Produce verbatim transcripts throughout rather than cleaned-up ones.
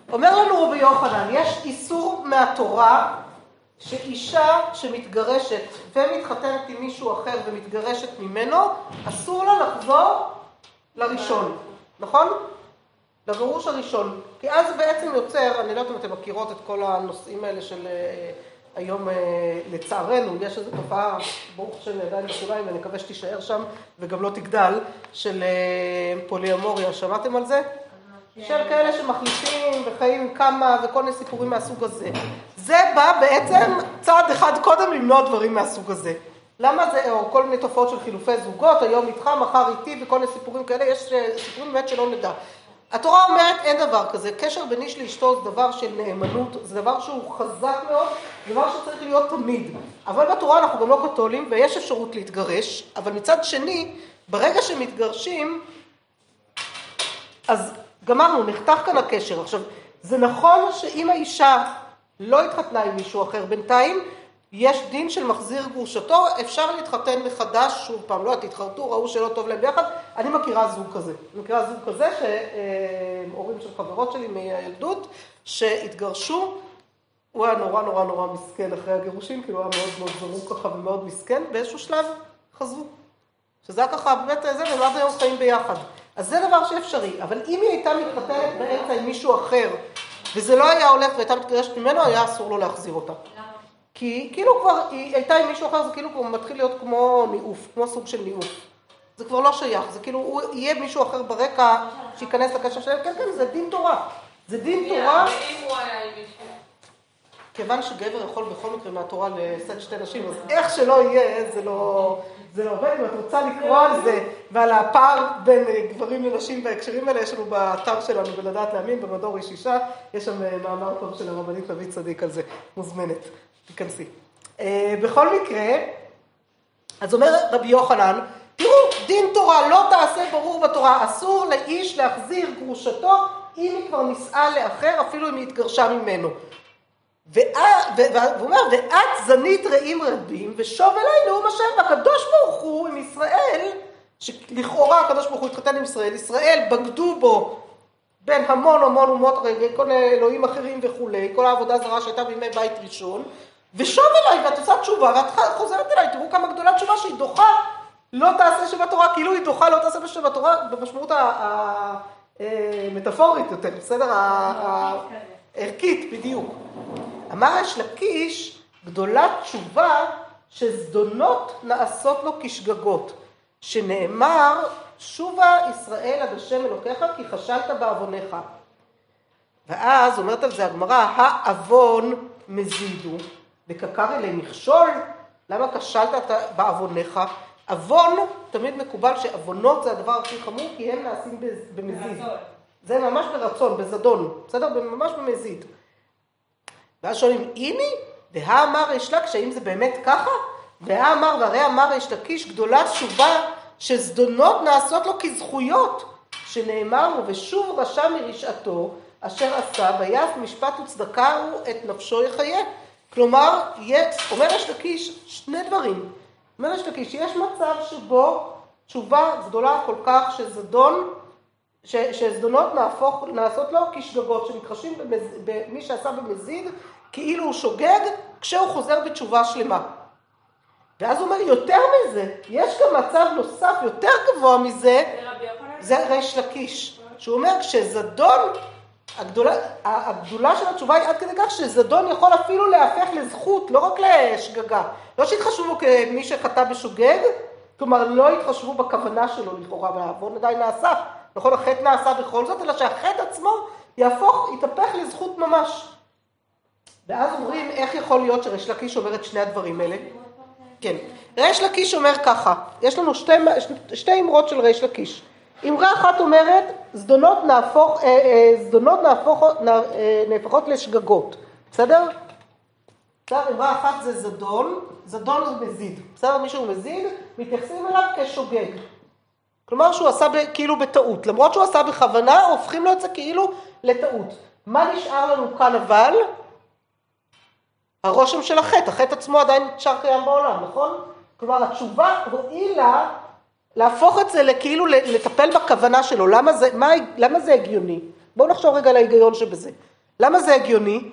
אומר לנו רבי יוחנן, יש איסור מהתורה שאישה שמתגרשת ומתחתנת עם מישהו אחר ומתגרשת ממנו, אסור לה לחזור לראשון, נכון? לגירוש הראשון. כי אז בעצם יוצר, אני לא יודעת אם אתם מכירות את כל הנושאים האלה של היום, לצערנו, יש איזו תופעה, ברוך של עדיין בשוליים, ואני מקווה שתישאר שם וגם לא תגדל, של פוליאמוריה. שמעתם על זה? של כאלה שמחליטים וחיים עם כמה וכל מיני סיפורים מהסוג הזה. זה בא בעצם צעד אחד קודם למנוע דברים מהסוג הזה. למה זה, או כל מיני תופעות של חילופי זוגות, היום איתך, מחר איתי וכל מיני סיפורים כאלה, יש סיפורים באמת שלא נדע. התורה אומרת אין דבר כזה, קשר בין איש לאשתו זה דבר של נאמנות, זה דבר שהוא חזק מאוד, זה דבר שצריך להיות תמיד. אבל בתורה אנחנו גם לא קתולים ויש אפשרות להתגרש, אבל מצד שני, ברגע שמתגרשים, אז גמרנו, נחתך כאן הקשר. עכשיו, זה נכון שאם האישה לא התחתנה עם מישהו אחר בינתיים, יש דין של מחזיר גרושתו, אפשר להתחתן מחדש, שוב פעם, לא, תתחרטו, ראו שלא טוב להם ביחד, אני מכירה זוג כזה, אני מכירה זוג כזה, שהורים של חברות שלי מהילדות, שהתגרשו, הוא היה נורא נורא נורא מסכן אחרי הגירושים, כאילו הוא היה מאוד מאוד זרוק ככה ומאוד מסכן, באיזשהו שלב חזרו, שזה היה ככה, באמת זה, והם עד היום חיים ביחד. אז זה דבר שאפשרי, אבל אם היא הייתה מתחתנת באמצע עם מישהו אחר, וזה לא היה הולך והייתה מתגרשת ממנו, היה אסור לו להחזיר אותה. כי כאילו כבר, היא הייתה עם מישהו אחר, זה כאילו כבר מתחיל להיות כמו ניאוף, כמו סוג של ניאוף. זה כבר לא שייך, זה כאילו, הוא יהיה מישהו אחר ברקע שיכנס לקשר שלהם, כן, כן, זה דין תורה. זה דין תורה. כיוון שגבר יכול בכל מקרה מהתורה לשאת שתי נשים, אז איך שלא יהיה, זה לא... זה לא עובד, אם את רוצה לקרוא על זה, ועל הפער בין גברים לנשים בהקשרים האלה, יש לנו באתר שלנו בלדעת להאמין, במדור איש אישה, יש שם מאמר טוב של הרבנית נביא צדיק על זה, מוזמנת, תיכנסי. בכל מקרה, אז אומר רבי יוחנן, תראו, דין תורה לא תעשה ברור בתורה, אסור לאיש להחזיר גרושתו, אם היא כבר נישאה לאחר, אפילו אם היא התגרשה ממנו. והוא אומר, ואת זנית רעים רבים, ושוב אליי נאום השם, והקדוש ברוך הוא עם ישראל, שלכאורה הקדוש ברוך הוא התחתן עם ישראל, ישראל בגדו בו בין המון המון אומות רגע, כל אלוהים אחרים וכולי, כל העבודה זרה שהייתה בימי בית ראשון, ושוב אליי, ואת עושה תשובה, ואת חוזרת אליי, תראו כמה גדולה תשובה שהיא דוחה, לא תעשה שבתורה, כאילו היא דוחה, לא תעשה שבתורה, במשמעות המטאפורית יותר, בסדר? הערכית, בדיוק. אמר יש לקיש, גדולת תשובה, שזדונות נעשות לו כשגגות, שנאמר, שובה ישראל עד השם אלוקיך, כי חשלת בעוונך. ואז אומרת על זה הגמרא, העוון מזידו, וכקר אלי מכשול, למה כשלת בעוונך? עוון, תמיד מקובל שעוונות זה הדבר הכי חמור, כי הם נעשים במזיד. זה ממש ברצון, בזדון, בסדר? ממש במזיד. ואז שואלים, הנה, והאמר יש לה, כשאם זה באמת ככה? והאמר, והרי אמר יש לקיש, גדולה תשובה, שזדונות נעשות לו כזכויות, שנאמר, ושוב רשע מרשעתו, אשר עשה, ויעש משפט וצדקה הוא את נפשו יחיה. כלומר, אומר יש לקיש שני דברים. אומר יש לקיש, יש מצב שבו תשובה גדולה כל כך, שזדון, ש, שזדונות נהפוך, נעשות לו כשגגות, שמתחשים במי שעשה במזיד, כאילו הוא שוגג, כשהוא חוזר בתשובה שלמה. ואז הוא אומר, יותר מזה, יש גם מצב נוסף, יותר גבוה מזה, זה ריש לקיש. שהוא אומר, כשזדון, הגדולה, הגדולה של התשובה היא עד כדי כך, שזדון יכול אפילו להפך לזכות, לא רק לשגגה. לא שהתחשבו בו כמי שחטא בשוגג, כלומר לא התחשבו בכוונה שלו לכאורה, והעוון עדיין נעשה. נכון, החטא נעשה בכל זאת, אלא שהחטא עצמו יהפוך, יתהפך לזכות ממש. ואז אומרים, איך יכול להיות שריש לקיש אומר את שני הדברים האלה? כן. ריש לקיש אומר ככה, יש לנו שתי, שתי אמרות של ריש לקיש. אמרה אחת אומרת, זדונות נהפוך, אה, אה, זדונות נהפוך, נה, אה, נהפכות לשגגות. בסדר? בסדר, אמרה אחת זה זדון, זדון זה מזיד. בסדר, מישהו מזיד, מתייחסים אליו כשוגג. כלומר שהוא עשה ב, כאילו בטעות. למרות שהוא עשה בכוונה, הופכים לו את זה כאילו לטעות. מה נשאר לנו כאן אבל? הרושם של החטא. החטא עצמו עדיין נשאר קיים בעולם, נכון? כלומר, התשובה הועילה להפוך את זה לכאילו לטפל בכוונה שלו. למה זה, מה, למה זה הגיוני? בואו נחשוב רגע על ההיגיון שבזה. למה זה הגיוני?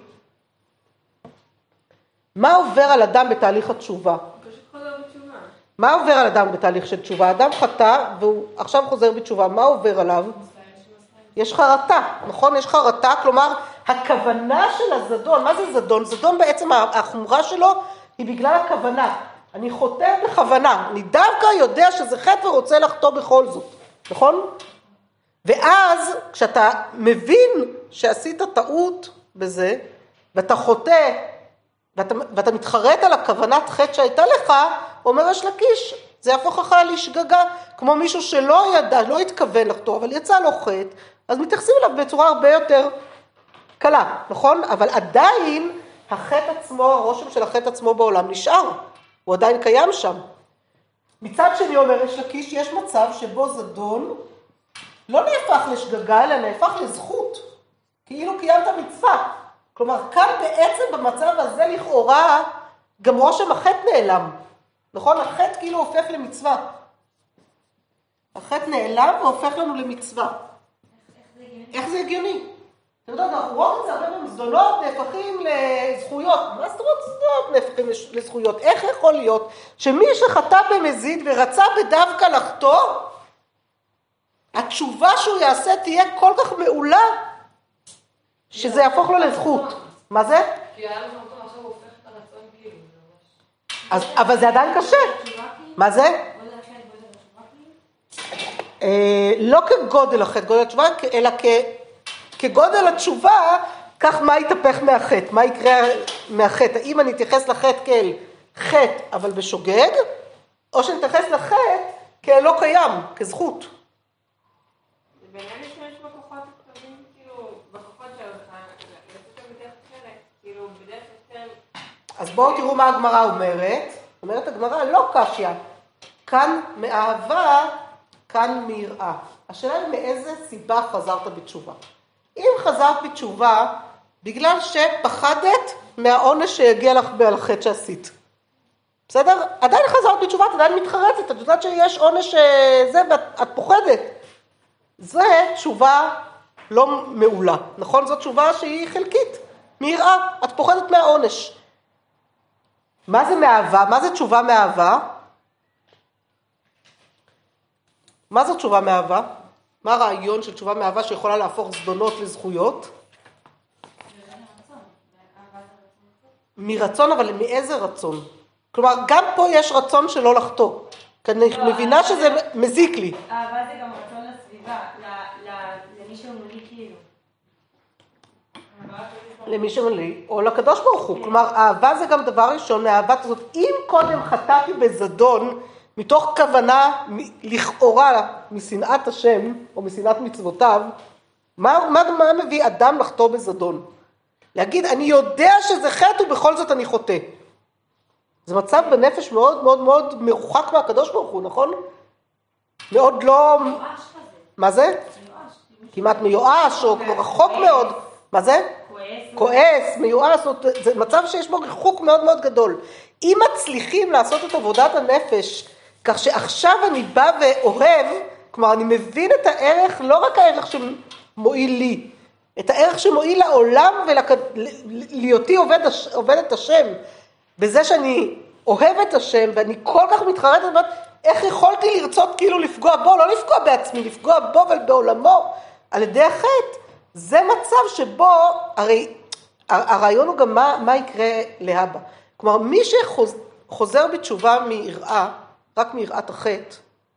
מה עובר על אדם בתהליך התשובה? מה עובר על אדם בתהליך של תשובה? אדם חטא והוא עכשיו חוזר בתשובה, מה עובר עליו? יש חרטה, נכון? יש חרטה, כלומר, הכוונה של הזדון, מה זה זדון? זדון בעצם החומרה שלו היא בגלל הכוונה. אני חוטא בכוונה, אני דווקא יודע שזה חטא ורוצה לחטוא בכל זאת, נכון? ואז כשאתה מבין שעשית טעות בזה, ואתה חוטא, ואתה, ואתה מתחרט על הכוונת חטא שהייתה לך, אומר יש לקיש, זה יהפוך לך לשגגה, כמו מישהו שלא ידע, לא התכוון לחטוא, אבל יצא לו חטא, אז מתייחסים אליו בצורה הרבה יותר קלה, נכון? אבל עדיין החטא עצמו, הרושם של החטא עצמו בעולם נשאר, הוא עדיין קיים שם. מצד שני אומר יש לקיש, יש מצב שבו זדון לא נהפך לשגגה, אלא נהפך לזכות, כאילו קיימת מצווה. כלומר, כאן בעצם במצב הזה לכאורה, גם רושם החטא נעלם. נכון? החטא כאילו הופך למצווה. החטא נעלם והופך לנו למצווה. איך זה הגיוני? אתם יודעים, אנחנו רואים את זה הרבה במזדונות, נהפכים לזכויות. מה זאת אומרת זדונות נהפכים לזכויות? איך יכול להיות שמי שחטא במזיד ורצה בדווקא לחטוא, התשובה שהוא יעשה תהיה כל כך מעולה, שזה יהפוך לו לזכות. מה זה? כי היה לו אותו, עכשיו הוא הופך את הרצון כאילו. אז, אבל זה עדיין קשה. מה זה? לא כגודל החטא, גודל התשובה, אלא כגודל התשובה, כך מה יתהפך מהחטא, מה יקרה מהחטא. האם אני אתייחס לחטא כאל חטא, אבל בשוגג, או שאני אתייחס לחטא כאל לא קיים, כזכות. זה בעניין להשתמש בכוחות הכתבים, כאילו, בכוחות שלך, לצאת בדרך אחרת, כאילו, בדרך יותר... אז בואו תראו מה הגמרא אומרת. אומרת הגמרא, לא קשיא, כאן מאהבה, כאן מיראה. השאלה היא מאיזה סיבה חזרת בתשובה. אם חזרת בתשובה, בגלל שפחדת מהעונש שיגיע לך על החטא שעשית. בסדר? עדיין חזרת בתשובה, את עדיין מתחרצת, את יודעת שיש עונש זה ואת פוחדת. זה תשובה לא מעולה, נכון? זאת תשובה שהיא חלקית, מיראה, את פוחדת מהעונש. מה זה מאהבה? מה זה תשובה מאהבה? מה זו תשובה מאהבה? מה הרעיון של תשובה מאהבה שיכולה להפוך זדונות לזכויות? מרצון, אבל מאיזה רצון? כלומר, גם פה יש רצון שלא לחטוא. כי אני מבינה שזה מזיק לי. אהבה זה גם רצון לסביבה, למי שמולי כאילו. למי שמולי, או לקדוש ברוך הוא. כלומר, אהבה זה גם דבר ראשון מהאהבה הזאת. אם קודם חטאתי בזדון, מתוך כוונה לכאורה משנאת השם, או משנאת מצוותיו, מה, מה, מה מביא אדם לחטוא בזדון? להגיד, אני יודע שזה חטא ובכל זאת אני חוטא. זה מצב בנפש מאוד מאוד מאוד מרוחק מהקדוש ברוך הוא, נכון? מאוד לא... מיואש כזה. מה זה? מיואש. כמעט מיואש, או רחוק מאוד. מה זה? כועס. כועס, מיואש, זה מצב שיש בו ריחוק מאוד מאוד גדול. אם מצליחים לעשות את עבודת הנפש, כך שעכשיו אני בא ואוהב, כלומר אני מבין את הערך, לא רק הערך שמועיל לי, את הערך שמועיל לעולם ולהיותי עובד, עובד את השם, בזה שאני אוהב את השם ואני כל כך מתחרטת, איך יכולתי לרצות כאילו לפגוע בו, לא לפגוע בעצמי, לפגוע בו ובעולמו על ידי החטא. זה מצב שבו, הרי הרעיון הוא גם מה, מה יקרה להבא. כלומר מי שחוזר בתשובה מיראה, רק מיראת החטא,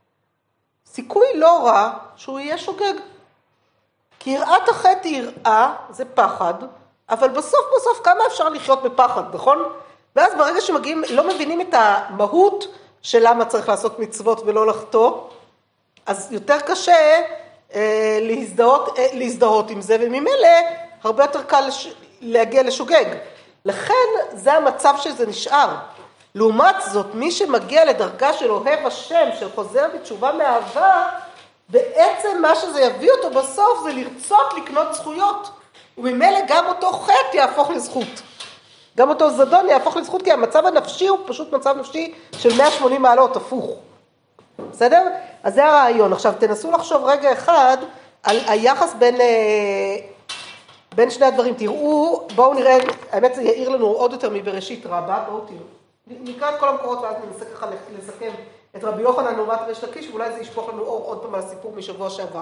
סיכוי לא רע שהוא יהיה שוגג. כי יראת החטא היא יראה, זה פחד, אבל בסוף בסוף כמה אפשר לחיות בפחד, נכון? ואז ברגע שמגיעים, לא מבינים את המהות של למה צריך לעשות מצוות ולא לחטוא, אז יותר קשה אה, להזדהות, אה, להזדהות עם זה, וממילא הרבה יותר קל לש, להגיע לשוגג. לכן זה המצב שזה נשאר. לעומת זאת, מי שמגיע לדרגה של אוהב השם, של חוזר בתשובה מאהבה, בעצם מה שזה יביא אותו בסוף זה לרצות לקנות זכויות. וממילא גם אותו חטא יהפוך לזכות. גם אותו זדון יהפוך לזכות, כי המצב הנפשי הוא פשוט מצב נפשי של מאה ושמונים מעלות, הפוך. בסדר? אז זה הרעיון. עכשיו תנסו לחשוב רגע אחד על היחס בין, בין שני הדברים, תראו, בואו נראה, האמת זה יעיר לנו עוד יותר מבראשית רבה, בואו תראו. נקרא את כל המקורות ואז ננסה ככה לסכם את רבי יוחנן לעומת ריש לקיש, ואולי זה ישפוך לנו אור עוד פעם על הסיפור משבוע שעבר.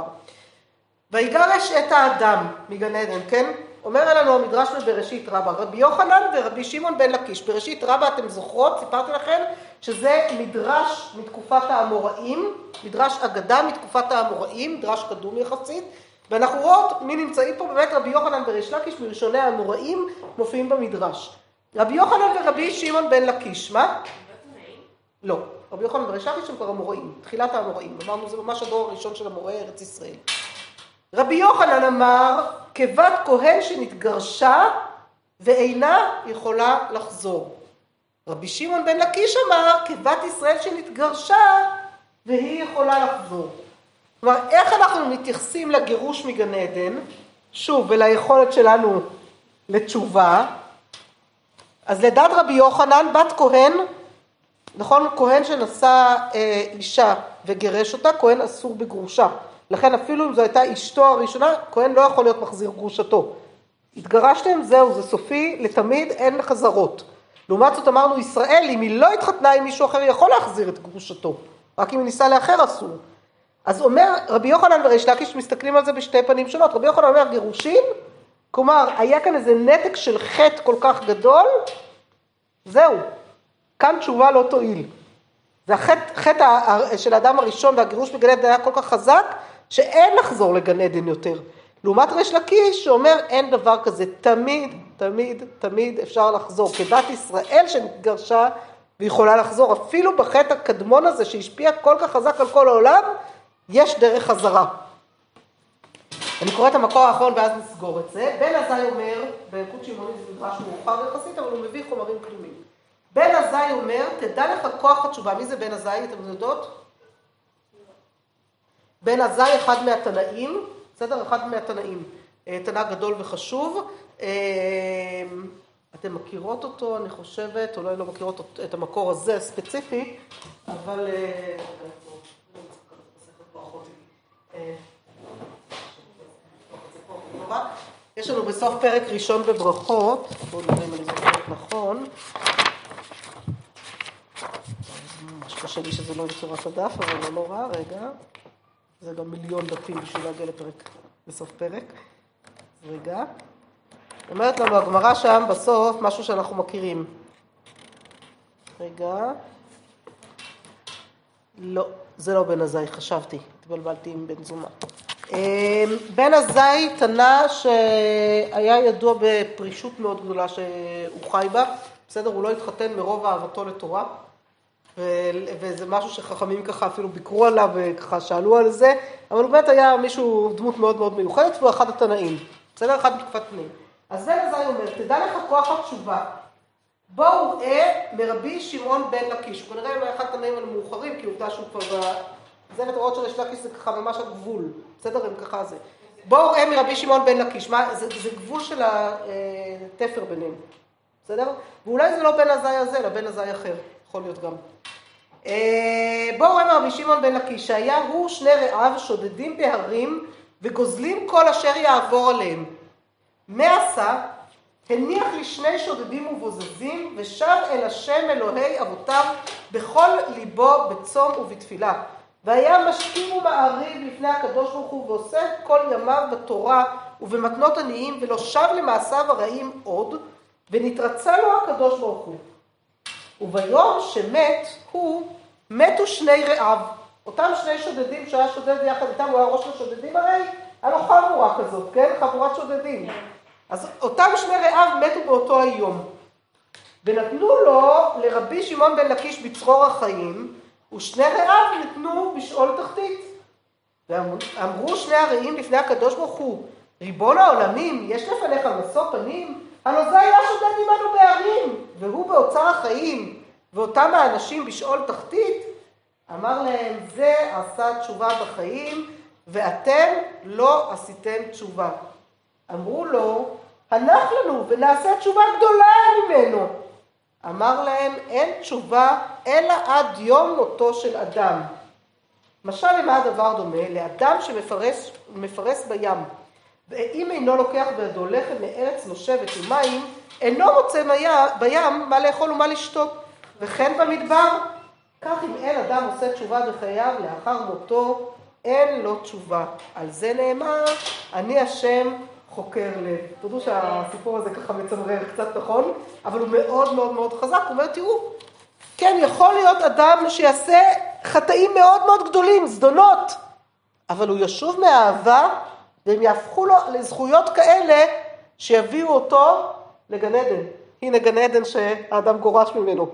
ויגרש את האדם מגן עדן, כן? אומר לנו המדרש בבראשית רבה, רבי יוחנן ורבי שמעון בן לקיש. בראשית רבה, אתם זוכרות, סיפרתי לכם, שזה מדרש מתקופת האמוראים, מדרש אגדה מתקופת האמוראים, מדרש קדום יחסית, ואנחנו רואות מי נמצאים פה, באמת רבי יוחנן וריש לקיש מראשוני האמוראים מופיעים במדרש. רבי יוחנן ורבי שמעון בן לקיש, מה? לא, רבי יוחנן וריש לקיש הם כבר אמוראים, תחילת האמוראים, אמרנו זה ממש הדור הראשון של אמוראי ארץ ישראל. רבי יוחנן אמר, כבת כהן שנתגרשה ואינה יכולה לחזור. רבי שמעון בן לקיש אמר, כבת ישראל שנתגרשה והיא יכולה לחזור. כלומר, איך אנחנו מתייחסים לגירוש מגן עדן, שוב, וליכולת שלנו לתשובה, אז לדעת רבי יוחנן, בת כהן, נכון, כהן שנשא אה, אישה וגירש אותה, כהן אסור בגרושה. לכן אפילו אם זו הייתה אשתו הראשונה, כהן לא יכול להיות מחזיר גרושתו. התגרשתם, זהו, זה סופי, לתמיד אין חזרות. לעומת זאת אמרנו, ישראל, אם היא לא התחתנה עם מישהו אחר, יכול להחזיר את גרושתו. רק אם היא ניסה לאחר אסור. אז אומר, רבי יוחנן וריש לקיש מסתכלים על זה בשתי פנים שונות. רבי יוחנן אומר, גירושים, כלומר, היה כאן איזה נתק של חטא כל כך גדול, זהו, כאן תשובה לא תועיל. זה החטא, חטא של האדם הראשון והגירוש בגן עדן היה כל כך חזק, שאין לחזור לגן עדן יותר. לעומת ריש לקיש שאומר אין דבר כזה, תמיד, תמיד, תמיד אפשר לחזור. כבת ישראל שנתגרשה ויכולה לחזור, אפילו בחטא הקדמון הזה שהשפיע כל כך חזק על כל העולם, יש דרך חזרה. אני קורא את המקור האחרון ואז נסגור את זה. בן עזאי אומר, בילקוט שמעוני זה מדרש מאוחר יחסית, אבל הוא מביא חומרים קדומים. בן עזאי אומר, תדע לך כוח התשובה. מי זה בן עזאי? אתם יודעות? בן עזאי אחד מהתנאים, בסדר? אחד מהתנאים. תנא גדול וחשוב. אתם מכירות אותו, אני חושבת, אולי לא מכירות את המקור הזה ספציפי, אבל... יש לנו בסוף פרק ראשון בברכות, בואו נראה אם אני זוכרת נכון. ממש קשה לי שזה לא בצורת הדף, אבל לא נורא, רגע. זה גם מיליון דפים בשביל להגיע לפרק, בסוף פרק. רגע. אומרת לנו הגמרא שם בסוף משהו שאנחנו מכירים. רגע. לא, זה לא בן עזאי, חשבתי. התבלבלתי עם בן זומא. בן עזאי תנא שהיה ידוע בפרישות מאוד גדולה שהוא חי בה. בסדר, הוא לא התחתן מרוב אהבתו לתורה. וזה משהו שחכמים ככה אפילו ביקרו עליו וככה שאלו על זה. אבל הוא באמת היה מישהו, דמות מאוד מאוד מיוחדת, והוא אחד התנאים. בסדר, אחד מתקופת תנאים. אז בן עזאי אומר, תדע לך כוח התשובה. בואו ראה מרבי שמעון בן לקיש. הוא כנראה לא אחד התנאים המאוחרים, כי עובדה שהוא כבר... זה נתראות של ריש לקיש זה ככה ממש הגבול. בסדר, הם ככה זה. בואו ראה מרבי שמעון בן לקיש. מה, זה, זה גבול של התפר ביניהם. בסדר? ואולי זה לא בן עזאי הזה, אלא בן עזאי אחר. יכול להיות גם. בואו ראה מרבי שמעון בן לקיש, שהיה הוא שני רעיו שודדים בהרים וגוזלים כל אשר יעבור עליהם. מה עשה? הניח לשני שודדים ובוזזים ושב אל השם אלוהי אבותיו בכל ליבו בצום ובתפילה. והיה משכים ומעריב לפני הקדוש ברוך הוא ועושה כל ימיו בתורה ובמתנות עניים ולא שב למעשיו הרעים עוד ונתרצה לו הקדוש ברוך הוא. וביום שמת הוא, מתו שני רעיו. אותם שני שודדים שהיה שודד יחד איתם, הוא היה ראש השודדים הרי, היה לו חבורה כזאת, כן? חבורת שודדים. אז אותם שני רעיו מתו באותו היום. ונתנו לו לרבי שמעון בן לקיש בצרור החיים, ושני רעיו נתנו בשאול תחתית. ואמרו שני הרעים לפני הקדוש ברוך הוא, ריבון העולמים, יש לפניך משוא פנים? הלא זה היה שודד עמנו בהרים, והוא באוצר החיים, ואותם האנשים בשאול תחתית, אמר להם, זה עשה תשובה בחיים, ואתם לא עשיתם תשובה. אמרו לו, הנח לנו ונעשה תשובה גדולה ממנו. אמר להם, אין תשובה אלא עד יום מותו של אדם. משל למה הדבר דומה? לאדם שמפרס מפרס בים, ואם אינו לוקח בידו לחם מארץ נושבת ומים, אינו מוצא בים מה לאכול ומה לשתות. וכן במדבר, כך אם אין אדם עושה תשובה בחייו לאחר מותו, אין לו תשובה. על זה נאמר, אני השם חוקר לב. תודו שהסיפור הזה ככה מצמרר קצת, נכון? אבל הוא מאוד מאוד מאוד חזק. הוא אומר, תראו, כן, יכול להיות אדם שיעשה חטאים מאוד מאוד גדולים, זדונות, אבל הוא ישוב מהאהבה, והם יהפכו לו לזכויות כאלה שיביאו אותו לגן עדן. הנה גן עדן שהאדם גורש ממנו.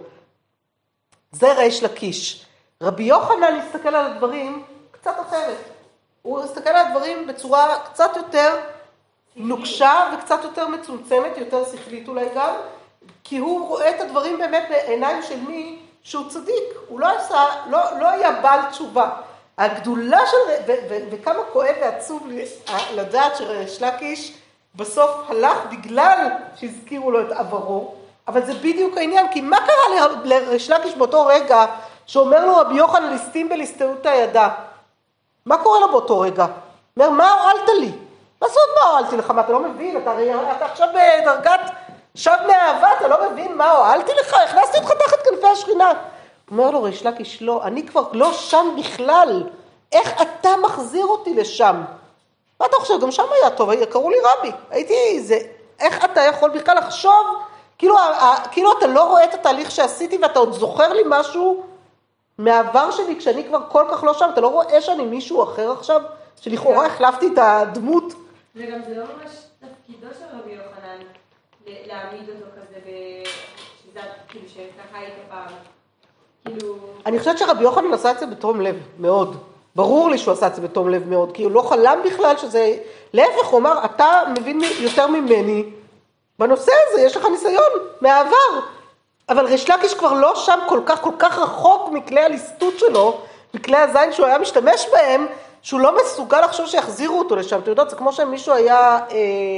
זה ריש לקיש. רבי יוחנן הסתכל על הדברים קצת אחרת. הוא הסתכל על הדברים בצורה קצת יותר נוקשה וקצת יותר מצומצמת, יותר שכלית אולי גם, כי הוא רואה את הדברים באמת בעיניים של מי שהוא צדיק. הוא לא עשה, לא, לא היה בעל תשובה. הגדולה של, ו, ו, וכמה כואב ועצוב לדעת שריש לקיש בסוף הלך בגלל שהזכירו לו את עברו, אבל זה בדיוק העניין, כי מה קרה לריש לקיש באותו רגע שאומר לו רבי יוחנן ליסטים בליסטאות הידה? מה קורה לו באותו רגע? אומר, מה הועלת לי? מה זאת מה הועלתי לך? מה אתה לא מבין? אתה, אתה עכשיו בדרגת שב מאהבה, אתה לא מבין מה הועלתי לך? הכנסתי אותך תחת כנפי השכינה. אומר לו ריש לקיש, לא, אני כבר לא שם בכלל. איך אתה מחזיר אותי לשם? מה אתה חושב? גם שם היה טוב, קראו לי רבי. הייתי, זה, איך אתה יכול בכלל לחשוב? כאילו, כאילו אתה לא רואה את התהליך שעשיתי ואתה עוד זוכר לי משהו מהעבר שלי כשאני כבר כל כך לא שם. אתה לא רואה שאני מישהו אחר עכשיו? שלכאורה החלפתי את הדמות. וגם זה לא ממש תפקידו של רבי יוחנן להעמיד אותו כזה, שזה כאילו שככה היית פעם. כאילו... אני חושבת שרבי יוחנן עשה את זה בתום לב, מאוד. ברור לי שהוא עשה את זה בתום לב מאוד, כי הוא לא חלם בכלל שזה... להפך, הוא אמר, אתה מבין יותר ממני בנושא הזה, יש לך ניסיון מהעבר. אבל ריש לקיש כבר לא שם כל כך, כל כך רחוק מכלי הליסטות שלו, מכלי הזין שהוא היה משתמש בהם, שהוא לא מסוגל לחשוב שיחזירו אותו לשם. אתה יודעת, זה כמו שמישהו היה... אה,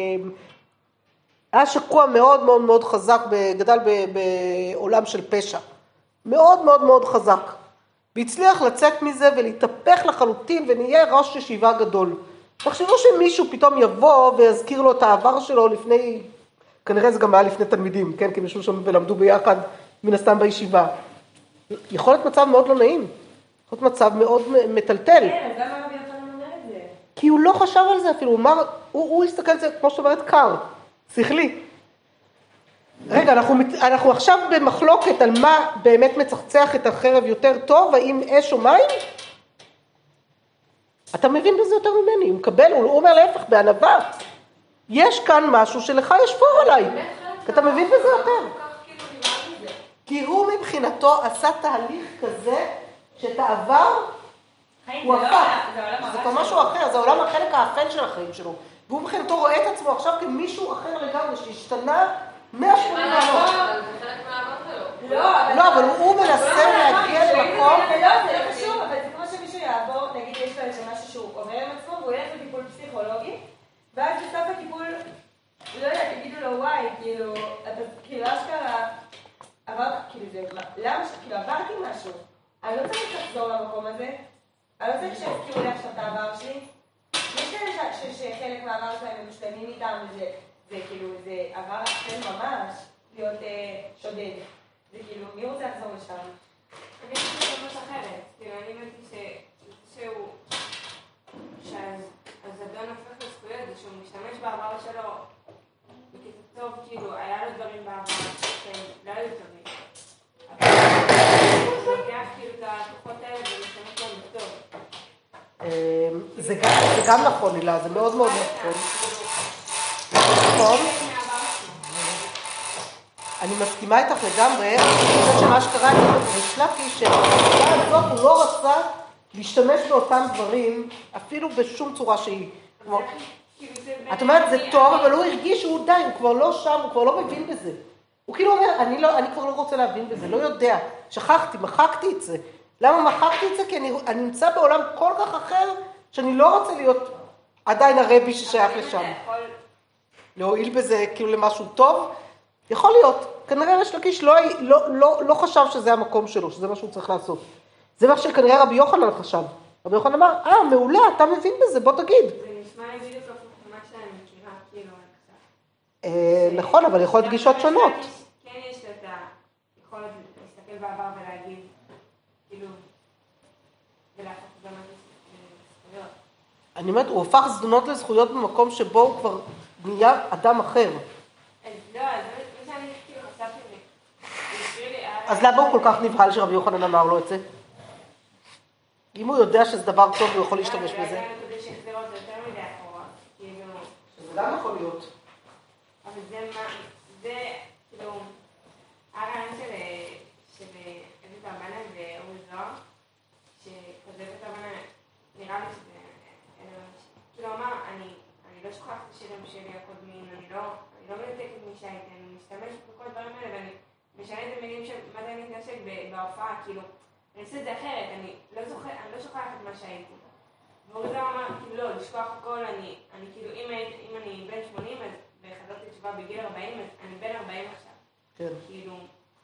היה שקוע מאוד מאוד מאוד חזק, גדל בעולם של פשע. מאוד מאוד מאוד חזק. והצליח לצאת מזה ולהתהפך לחלוטין ונהיה ראש ישיבה גדול. תחשבו שמישהו פתאום יבוא ויזכיר לו את העבר שלו לפני, כנראה זה גם היה לפני תלמידים, כן? כי מישהו שם ולמדו ביחד מן הסתם בישיבה. יכול להיות מצב מאוד לא נעים. יכול להיות מצב מאוד מטלטל. כן, אז למה רבי יוחנן אומר את זה? כי הוא לא חשב על זה אפילו, הוא אמר, הוא, הוא הסתכל על זה כמו שאת אומרת קר, שכלי. רגע, אנחנו, אנחנו עכשיו במחלוקת על מה באמת מצחצח את החרב יותר טוב, האם אש או מים? אתה מבין בזה יותר ממני, הוא מקבל, הוא אומר להפך, בענווה. יש כאן משהו שלך יש פור עליי, אתה מבין בזה יותר. כי הוא מבחינתו עשה תהליך כזה, שאת העבר הוא הפך. זה כבר משהו אחר, זה העולם החלק האפל של החיים שלו. והוא מבחינתו רואה את עצמו עכשיו כמישהו אחר לגמרי, שהשתנה מאה ושמונים מעלות. זה חלק מהעבר שלו. לא, אבל הוא מנסה להגיע למקום. לא, זה לא קשור, אבל זה כמו שמישהו יעבור, נגיד יש לו איזה משהו שהוא עובר עם עצמו, והוא ילך לטיפול פסיכולוגי, ואז בסוף הטיפול, לא יודע, תגידו לו וואי, כאילו, אתה כאילו אשכרה, עברת, כאילו זה, למה, כאילו עברתי משהו, אני לא צריך לחזור למקום הזה, אני לא צריך שיזכירו לי עכשיו את העבר שלי, יש כאלה שחלק מהעבר שלהם הם משתנים איתם, וזה, זה כאילו, זה עבר אחר ממש, להיות שודד, זה כאילו, מי רוצה לחזור לשם? אני חושבת ממש אחרת, כאילו, אני הבנתי שהוא, שהזדון הופך לזכויות, זה שהוא משתמש בעבר שלו, וכזה טוב, כאילו, היה לו דברים בעבר שהם לא היו טובים. אבל הוא לוקח כאילו את הכוחות האלה ומשתמש בהם בטוב. זה גם נכון, הילה, זה מאוד מאוד נכון. נכון? אני מסכימה איתך לגמרי, אני חושבת שמה שקרה את ריש לקיש, שבתקופה הזאת הוא לא רצה להשתמש באותם דברים, אפילו בשום צורה שהיא. את אומרת, זה טוב, אבל הוא הרגיש שהוא די, הוא כבר לא שם, הוא כבר לא מבין בזה. הוא כאילו אומר, אני, לא, אני כבר לא רוצה להבין בזה, לא יודע, שכחתי, מחקתי את זה. למה מחקתי את זה? כי אני, אני נמצא בעולם כל כך אחר, שאני לא רוצה להיות עדיין הרבי ששייך לשם. להועיל בזה כאילו למשהו טוב, יכול להיות. כנראה ריש לקיש לא, לא, לא, לא חשב שזה המקום שלו, שזה מה שהוא צריך לעשות. זה מה שכנראה רבי יוחנן חשב. רבי יוחנן אמר, אה, מעולה, אתה מבין בזה, בוא תגיד. זה נשמע לי בדיוק מה שאני נכון, אבל יכול להיות גישות שונות. כן יש לה את היכולת להסתכל בעבר ולהגיד, כאילו, ולהפוך זדונות לזכויות. אני אומרת, הוא הופך זדונות לזכויות במקום שבו הוא כבר נהיה אדם אחר. אז לא, אז מה שאני כאילו חשבתי זה, אז למה הוא כל כך נבהל שרבי יוחנן אמר לו את זה? אם הוא יודע שזה דבר טוב, הוא יכול להשתמש בזה. זה גם יכול להיות. אבל זה מה, זה, כאילו, הרעיון של עדות הרבנה ואורי זוהר, שכותב את הרבנה, נראה לי שזה, כאילו הוא אמר, אני לא שוכחת את השירים שלי הקודמים, אני לא מנתקת מי שהייתי, אני משתמשת בכל הדברים האלה, ואני משנה את המילים שמתי אני מתנשק בהופעה, כאילו, אני עושה את זה אחרת, אני לא שוכחת את מה שהייתי. ואורי זוהר אמר, כאילו לא, לשכוח הכל, אני כאילו, אם אני בן שמונים, אז וחזרתי תשובה בגיל ארבעים, אז אני בן ארבעים עכשיו. כן. כאילו...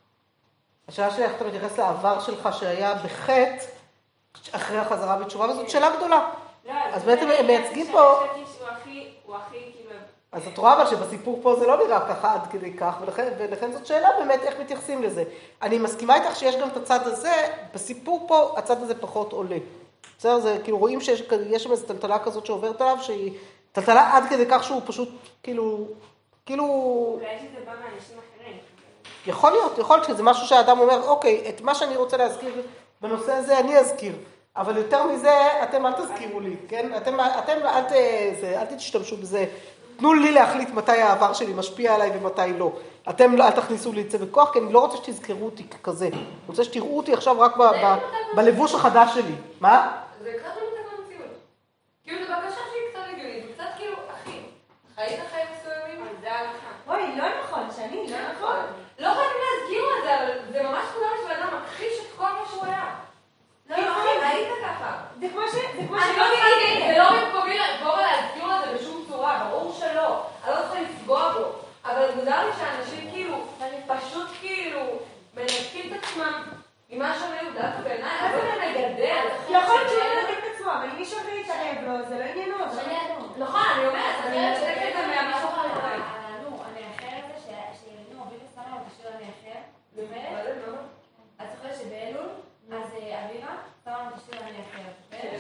השאלה שלי, איך אתה מתייחס לעבר שלך שהיה בחטא, אחרי החזרה בתשובה, וזאת שאלה גדולה. לא, אז בעצם הם מייצגים פה... הוא הכי, כאילו... אז את רואה אבל שבסיפור פה זה לא נראה ככה עד כדי כך, ולכן, ולכן זאת שאלה באמת איך מתייחסים לזה. אני מסכימה איתך שיש גם את הצד הזה, בסיפור פה הצד הזה פחות עולה. בסדר, זה כאילו רואים שיש שם איזו טלטלה כזאת שעוברת עליו, שהיא טלטלה עד כדי כך שהוא פשוט כאילו, כאילו... אולי שזה בא מאנשים אחרים. יכול להיות, יכול להיות שזה משהו שהאדם אומר, אוקיי, את מה שאני רוצה להזכיר בנושא הזה אני אזכיר. אבל יותר מזה, אתם אל תזכירו לי, כן? אתם, אתם אל, ת, זה, אל תשתמשו בזה. תנו לי להחליט מתי העבר שלי משפיע עליי ומתי לא. אתם אל תכניסו לי את זה בכוח, כי אני לא רוצה שתזכרו אותי כזה. אני רוצה שתראו אותי עכשיו רק ב, ב, בלבוש החדש שלי. מה? זה קצת לא מתקן במציאות. כאילו, זה בקשה שהיא קצת הגיונית, זה קצת כאילו, אחי, חיית חיים מסוימים? אבל זה הלכה. אוי, לא נכון, שאני, לא נכון. לא חייבים להזכיר את זה, אבל זה ממש כולה של אדם מכחיש את כל מה שהוא היה. לא, אחי, ראית ככה. זה כמו ש... זה כמו אני לא מבינה, זה לא מקובי לבוא ולהזכיר את זה בשום צורה, ברור שלא. אני לא צריכה לפגוע בו. אבל מוזר לי שאנשים כאילו, פשוט כאילו, מנתקים את עצמם ממה שהם היו דווקא בעיניי, אבל זה מגדל. יכול להיות שהוא מנתק את עצמו, אבל אם מישהו אחר יתערב לו, זה לא עניינו. נכון, אני אומרת, אני חושבת את זה מהמישהו אחר יתערב. אני אחרת זה שילנו אביב ושמה את השיר אני אחר. באמת? את זוכרת שבאלול, אז אביבה שמה את השיר אני אחר.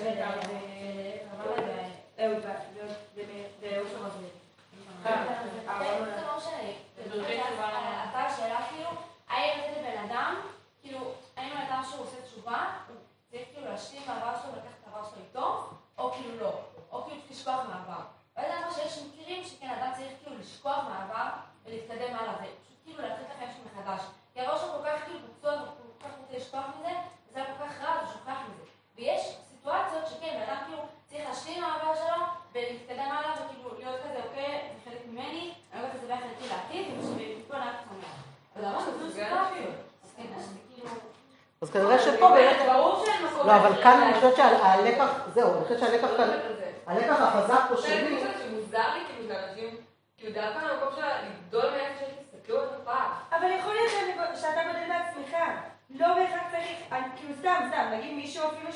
זה לא משנה. אתה השאלה כאילו, האם לתת לבן אדם, כאילו, האם בן אדם שהוא עושה תשובה, צריך כאילו להשלים מהעבר שלו ולקחת את העבר שלו איתו, או כאילו לא, או כאילו לשכוח מהעבר. ואני יודעת שיש מקרים שכן, אדם צריך כאילו לשכוח מהעבר ולהתקדם הלאה, ופשוט כאילו להתחיל את החיים שלו מחדש. כי הראש שלו כל כך כאילו פצוע וכל כך רוצה לשכוח מזה, וזה היה כל כך רע, הוא שוכח מזה. ויש סיטואציות שכן, בן אדם כאילו צריך להשלים מהעבר שלו ולהתקדם הלאה וכאילו להיות כזה, אוקיי, זה חלק ממני, אני לא כזה בעיה חלקי לעתיד, ושבפתאום אני רק צמח. אבל ממש זו סיטואציות. אז כן, אז זה כאילו... אז כנראה שפה באמת... ברור שאין מקום... לא, אבל כאן אני חושבת שהלקח, זהו, אני חושבת שהלקח כאן, הלקח החזק פה שלי... זה שמוזר לי כאילו לאנשים, כאילו דווקא המקום שלה לגדול מאיפה שתסתכלו את הפעם. אבל יכול להיות שאתה גודל בעצמך. לא בהכרח צריך, כאילו סתם, סתם, נגיד מישהו אפילו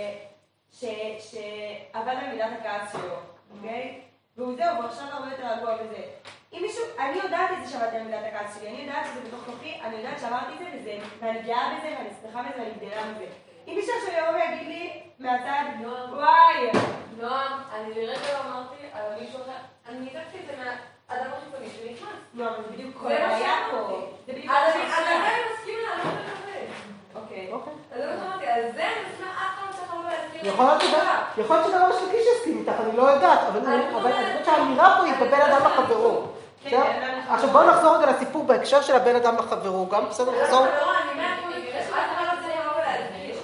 שעבד על מידת הכעס שלו, אוקיי? והוא זהו, ועכשיו הרבה יותר רגוע וזה. אם מישהו, אני יודעת את זה שעבדתי על מידת הכעס שלי, אני יודעת שזה בתוך כוחי, אני יודעת שאמרתי את זה וזה, ואני גאה בזה, ואני שמחה בזה, ואני גדלה מזה. אם מישהו עכשיו יבוא ויגיד לי מהצד, וואי! נועם, אני לרגע לא אמרתי על מישהו אחר, אני ניתקתי את זה מהאדם החיצוני שנכנס. לא, אבל זה בדיוק כל זה מה הבעיה שאמרתי. פה. זה בדיוק אז כל אני הבעיה. עדיין מסכים לענות לזה. אוקיי. אז זה מה שאמרתי, אז זה אני מסכימה אף פעם שאתה לא להזכיר. יכול להיות שגם ראש לקיש יסכים איתך, אני לא יודעת, אבל אני חושבת שהאמירה פה היא בבין אדם לחברו. עכשיו בואו נחזור רגע לסיפור בהקשר של הבן אדם לחברו, גם בסדר נחזור? לא, אני מאה אחוז, אז אני רוצה לבוא ולהזכיר.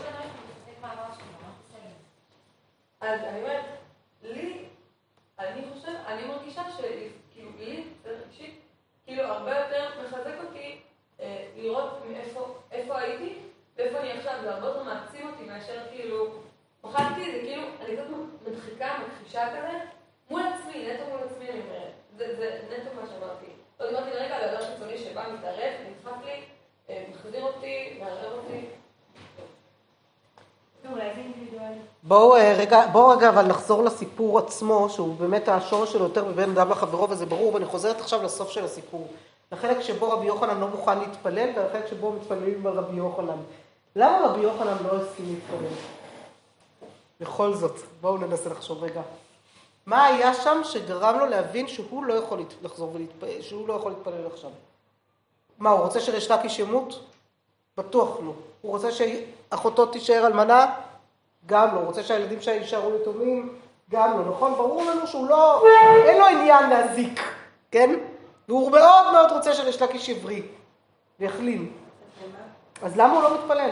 אז אני אומרת, לי, אני חושבת, אני מרגישה שכאילו לי, זה רגשית, כאילו הרבה יותר מחזק אותי לראות איפה הייתי ואיפה אני עכשיו, זה הרבה יותר מעצים אותי מאשר כאילו, הוכחתי את זה, כאילו, אני קצת מדחיקה, מכחישה כזה, מול עצמי, נטו מול עצמי אני אומרת, זה נטו מה שאמרתי. לא דיברתי לרגע על אדם חיצוני שבא, מתערב, נדחק לי, מחזיר אותי, מערער אותי. אולי זה אינדיבידואלי. בואו רגע, בואו רגע אבל נחזור לסיפור עצמו, שהוא באמת השורש שלו יותר בבין אדם לחברו, וזה ברור, ואני חוזרת עכשיו לסוף של הסיפור. לחלק שבו רבי יוחנן לא מוכן להתפלל, ולחלק שבו מתפללים על רבי יוחנן. למה רבי יוחנן לא הסכים להתפלל? בכל זאת, בואו ננסה לחשוב רגע. מה היה שם שגרם לו להבין שהוא לא יכול לחזור ולהתפלל, שהוא לא יכול להתפלל עכשיו? מה, הוא רוצה שריש לקיש ימות? בטוח לא. הוא רוצה שאחותו תישאר אלמנה? גם לא. הוא רוצה שהילדים שלה יישארו יתומים? גם לא. נכון? ברור לנו שהוא לא, אין לו עניין להזיק, כן? והוא מאוד מאוד רוצה שריש לקיש יבריא ויחלים. אז למה הוא לא מתפלל?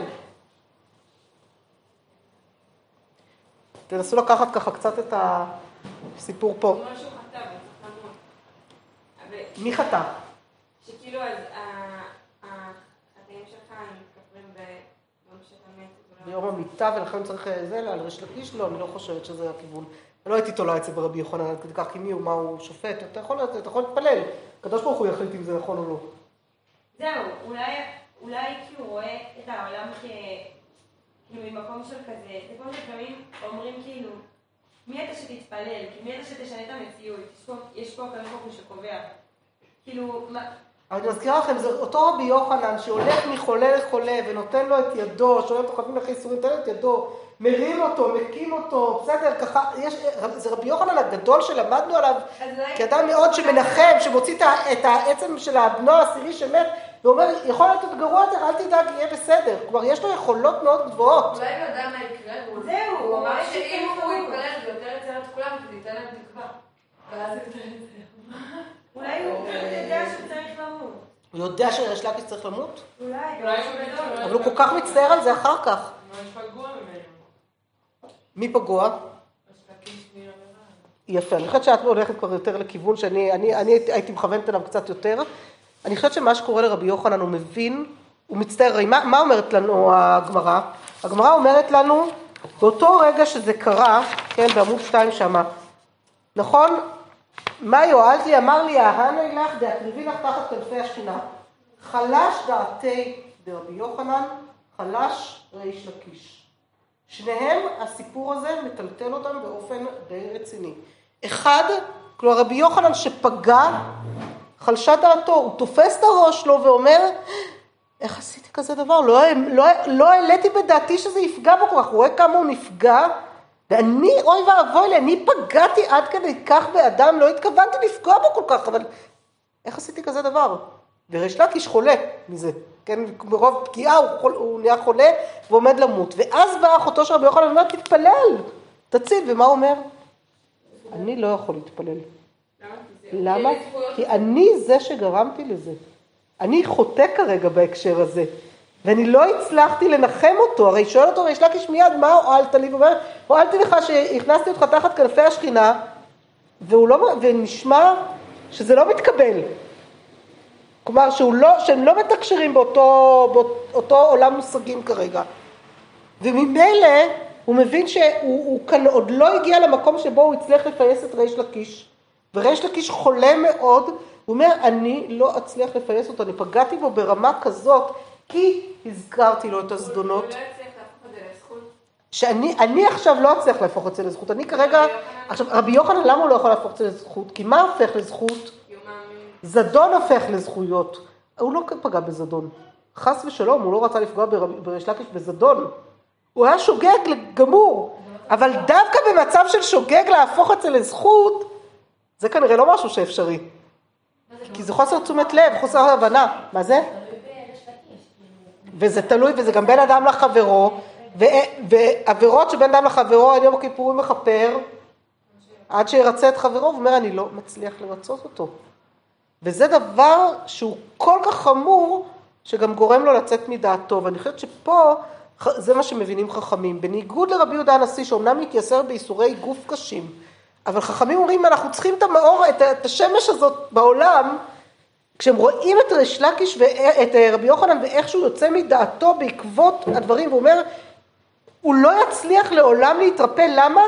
תנסו לקחת ככה קצת את הסיפור פה. כמו שהוא חטא, הוא צריך למות. מי חטא? שכאילו אז החטאים שלך הם מתכפרים ביום שאתה מת. ביום המיטה, ולכן צריך זה, על ריש לקיש? לא, אני לא חושבת שזה הכיוון. לא הייתי תולה את זה ברבי יוחנן, עד כדי כך כי מי הוא, מה הוא שופט, אתה יכול, אתה יכול להתפלל. הקדוש ברוך הוא יחליט אם זה נכון או לא. זהו, אולי, אולי כי הוא רואה את העולם כ... כאילו ממקום של כזה, זה כמו שפעמים אומרים כאילו, מי אתה שתתפלל? כי מי אתה שתשנה את המציאות? יש פה, יש פה הקדוש ברוך הוא שקובע. כאילו, מה... אני מזכירה לכם, זה אותו רבי יוחנן שהולך מחולה לחולה ונותן לו את ידו, שואל אותו חייבים אחרי איסורים, נותן לו את ידו, מרים אותו, מקים אותו, בסדר, ככה, יש, זה רבי יוחנן הגדול שלמדנו עליו, כאדם מאוד שמנחם, שמוציא את העצם של הבנו העשירי שמת, ואומר, יכול להיות את גרוע יותר, אל תדאג, יהיה בסדר. כלומר, יש לו יכולות מאוד גבוהות. אולי הוא יודע מה יקרה, זהו, הוא אמר שאם הוא יתפלל, זה יותר יצר את כולם, זה ייתן להם תקווה. ואז זה יותר יצר. אולי הוא יודע שצריך למות. הוא יודע שריש לקיש צריך למות? אולי, אולי הוא גדול. אבל הוא כל כך מצטער על זה אחר כך. ממש פגוע ממנו. מי פגוע? ריש לקיש נראה רע. יפה, אני חושבת שאת הולכת כבר יותר לכיוון שאני אני, אני הייתי מכוונת אליו קצת יותר. אני חושבת שמה שקורה לרבי יוחנן, הוא מבין, הוא מצטער. מה, מה אומרת לנו הגמרא? הגמרא אומרת לנו, באותו רגע שזה קרה, כן, בעמוד שתיים שמה, נכון? מה יועלתי? אמר לי, אהנוי לך, דאקריבי לך תחת כנפי השכינה. חלש דעתי דרבי יוחנן, חלש ריש לקיש. שניהם, הסיפור הזה מטלטל אותם באופן די רציני. אחד, כלומר רבי יוחנן שפגע, חלשה דעתו, הוא תופס את הראש לו ואומר, איך עשיתי כזה דבר? לא, לא, לא העליתי בדעתי שזה יפגע בו כל כך, הוא רואה כמה הוא נפגע, ואני, אוי ואבוי לי, אני פגעתי עד כדי כך באדם, לא התכוונתי לפגוע בו כל כך, אבל איך עשיתי כזה דבר? וריש לקיש חולה מזה, כן, מרוב פגיעה הוא, חול, הוא נהיה חולה ועומד למות, ואז באה אחותו של רבי יוחנן ואומר, תתפלל, תציל, ומה הוא אומר? אני לא יכול להתפלל. למה? כי אני זה שגרמתי לזה. אני חוטא כרגע בהקשר הזה, ואני לא הצלחתי לנחם אותו. הרי שואל אותו ריש לקיש מיד, מה הועלת לי? הוא אומר, הועלתי לך שהכנסתי אותך תחת כנפי השכינה, והוא לא, ונשמע שזה לא מתקבל. כלומר, שהוא לא, שהם לא מתקשרים באותו, באותו עולם מושגים כרגע. וממילא הוא מבין שהוא הוא כאן עוד לא הגיע למקום שבו הוא הצליח לפייס את ריש לקיש, וריש לקיש חולה מאוד, הוא אומר, אני לא אצליח לפייס אותו, אני פגעתי בו ברמה כזאת, כי הזכרתי לו את הזדונות. הוא לא יצליח להפוך את זה לזכות. שאני אני עכשיו לא אצליח להפוך את זה לזכות, אני כרגע, עכשיו רבי יוחנן למה הוא לא יכול להפוך את זה לזכות? כי מה הופך לזכות? זדון הופך לזכויות, הוא לא פגע בזדון, חס ושלום, הוא לא רצה לפגוע בריש לקיש בזדון, הוא היה שוגג גמור, אבל דווקא במצב של שוגג להפוך את זה לזכות, זה כנראה לא משהו שאפשרי. כי זה חוסר תשומת לב, חוסר הבנה. מה זה? וזה תלוי, וזה גם בין אדם לחברו, ועבירות שבין אדם לחברו, אני יום הכיפורים מחפר, עד שירצה את חברו, הוא אומר, אני לא מצליח לרצות אותו. וזה דבר שהוא כל כך חמור, שגם גורם לו לצאת מדעתו. ואני חושבת שפה, זה מה שמבינים חכמים. בניגוד לרבי יהודה הנשיא, שאומנם מתייסר באיסורי גוף קשים, אבל חכמים אומרים, אנחנו צריכים את המאור, את השמש הזאת בעולם, כשהם רואים את ריש לקיש ואת רבי יוחנן, ואיך שהוא יוצא מדעתו בעקבות הדברים, והוא אומר, הוא לא יצליח לעולם להתרפא, למה?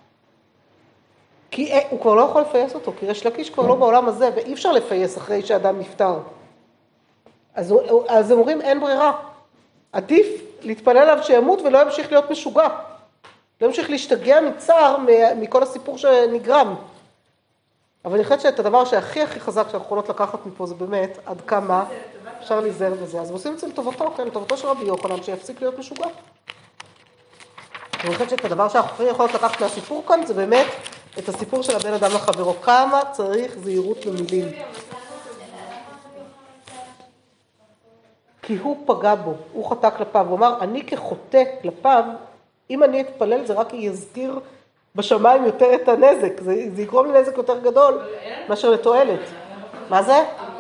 כי הוא כבר לא יכול לפייס אותו, כי ריש לקיש כבר לא בעולם הזה, ואי אפשר לפייס אחרי שאדם נפטר. אז, אז הם אומרים, אין ברירה. עדיף להתפלל עליו שימות ולא ימשיך להיות משוגע. לא ימשיך להשתגע מצער מכל הסיפור שנגרם. אבל אני חושבת שאת הדבר שהכי הכי חזק שאנחנו יכולות לקחת מפה זה באמת עד כמה אפשר להיזהר בזה. אז עושים את זה לטובתו, כן, לטובתו של רבי יוחנן, שיפסיק להיות משוגע. אני חושבת שאת הדבר שאנחנו הכי יכולות לקחת מהסיפור כאן זה באמת את הסיפור של הבן אדם לחברו. כמה צריך זהירות במילים. כי הוא פגע בו, הוא חטא כלפיו. הוא אמר, אני כחוטא כלפיו, אם אני אתפלל זה רק יזכיר בשמיים יותר את הנזק. זה, זה יקרום לי נזק יותר גדול מאשר לתועלת. מה זה?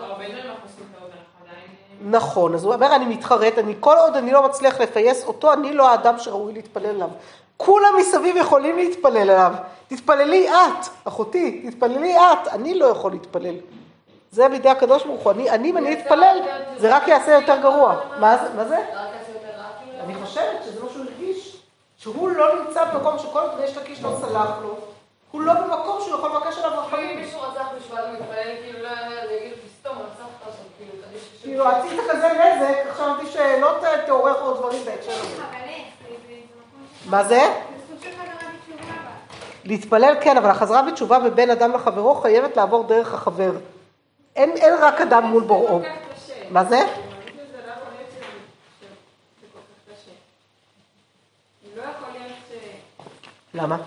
נכון, אז הוא אומר, אני מתחרט, אני, כל עוד אני לא מצליח לפייס אותו, אני לא האדם שראוי להתפלל אליו. כולם מסביב יכולים להתפלל אליו. תתפללי את, אחותי, תתפללי את, אני לא יכול להתפלל. זה בידי הקדוש ברוך הוא. אני, אני, אם אני אתפלל, זה רק יעשה יותר גרוע. מה זה? מה זה? אני חושבת שזה מה שהוא הרגיש, שהוא לא נמצא במקום שכל עוד יש לקיש לא סלח לו, הוא לא במקום שהוא יכול לבקש עליו רחמים. אם מישהו רצח בשביל מתפלל, כאילו לא יגיד, תסתום, רצחת שם, כאילו, תדיש שוב. כאילו, עשית כזה נזק, עכשיו אמרתי שלא תעורר עוד דברים בהקשר הזה. מה זה? להתפלל כן, אבל החזרה בתשובה בבין אדם לחברו חייבת לעבור דרך החבר. אין, אין רק אדם מול בוראו. מה זה? למה?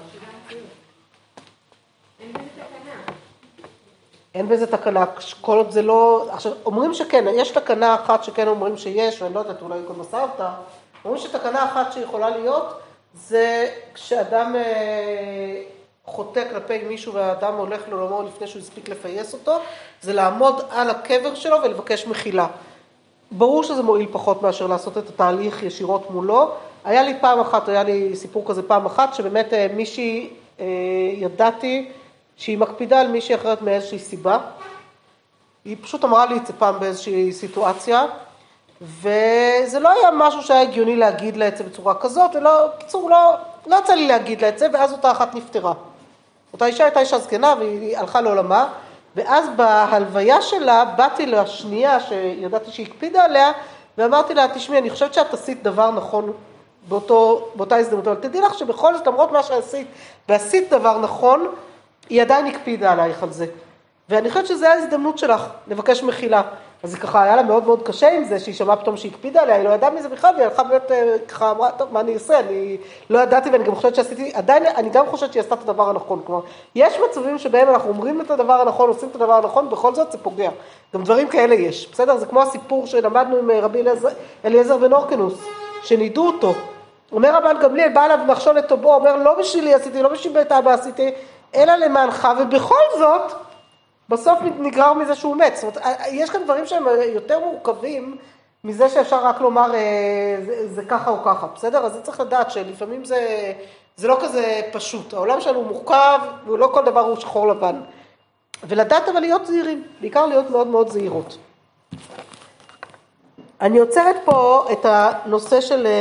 אין בזה תקנה, כל עוד זה לא... עכשיו, אומרים שכן, יש תקנה אחת שכן אומרים שיש, ואני לא יודעת, אולי כל מסעבתה, אומרים שתקנה אחת שיכולה להיות, זה כשאדם חוטא כלפי מישהו והאדם הולך לעולמו לפני שהוא הספיק לפייס אותו, זה לעמוד על הקבר שלו ולבקש מחילה. ברור שזה מועיל פחות מאשר לעשות את התהליך ישירות מולו. היה לי פעם אחת, היה לי סיפור כזה פעם אחת, שבאמת מישהי, ידעתי שהיא מקפידה על מישהי אחרת מאיזושהי סיבה. היא פשוט אמרה לי את זה פעם באיזושהי סיטואציה, וזה לא היה משהו שהיה הגיוני להגיד לה את זה בצורה כזאת, ולא, קיצור, לא, לא יצא לי להגיד לה את זה, ואז אותה אחת נפטרה. אותה אישה הייתה אישה זקנה, והיא הלכה לעולמה, ואז בהלוויה שלה, באתי לשנייה שידעתי שהיא הקפידה עליה, ואמרתי לה, תשמעי, אני חושבת שאת עשית דבר נכון באותו, באותה הזדמנות, אבל תדעי לך שבכל זאת, למרות מה שעשית, ועשית דבר נכון, היא עדיין הקפידה עלייך על זה. ואני חושבת שזה ההזדמנות שלך, לבקש מחילה. אז זה ככה היה לה מאוד מאוד קשה עם זה, שהיא שמעה פתאום שהיא הקפידה עליה, היא לא ידעה מזה בכלל, והיא הלכה באמת ככה אמרה, טוב, מה אני אעשה? אני לא ידעתי, ואני גם חושבת שעשיתי, עדיין, אני גם חושבת שהיא עשתה את הדבר הנכון. כלומר, יש מצבים שבהם אנחנו אומרים את הדבר הנכון, עושים את הדבר הנכון, בכל זאת זה פוגע. גם דברים כאלה יש. בסדר? זה כמו הסיפור שלמדנו עם רבי אליעזר בן הורקנוס, שנידו אותו. אומר רבן גמליאל, בא אליו נחשון את טובו, אומר, לא בשבילי עשיתי, לא בשביל בית אבא עשיתי, אלא למענך, ובכל זאת, בסוף נגרר מזה שהוא מת. זאת אומרת, יש כאן דברים שהם יותר מורכבים מזה שאפשר רק לומר זה, זה ככה או ככה, בסדר? אז זה צריך לדעת שלפעמים זה, זה לא כזה פשוט. העולם שלנו מורכב, ולא כל דבר הוא שחור לבן. ולדעת אבל להיות זהירים, בעיקר להיות מאוד מאוד זהירות. אני עוצרת פה את הנושא של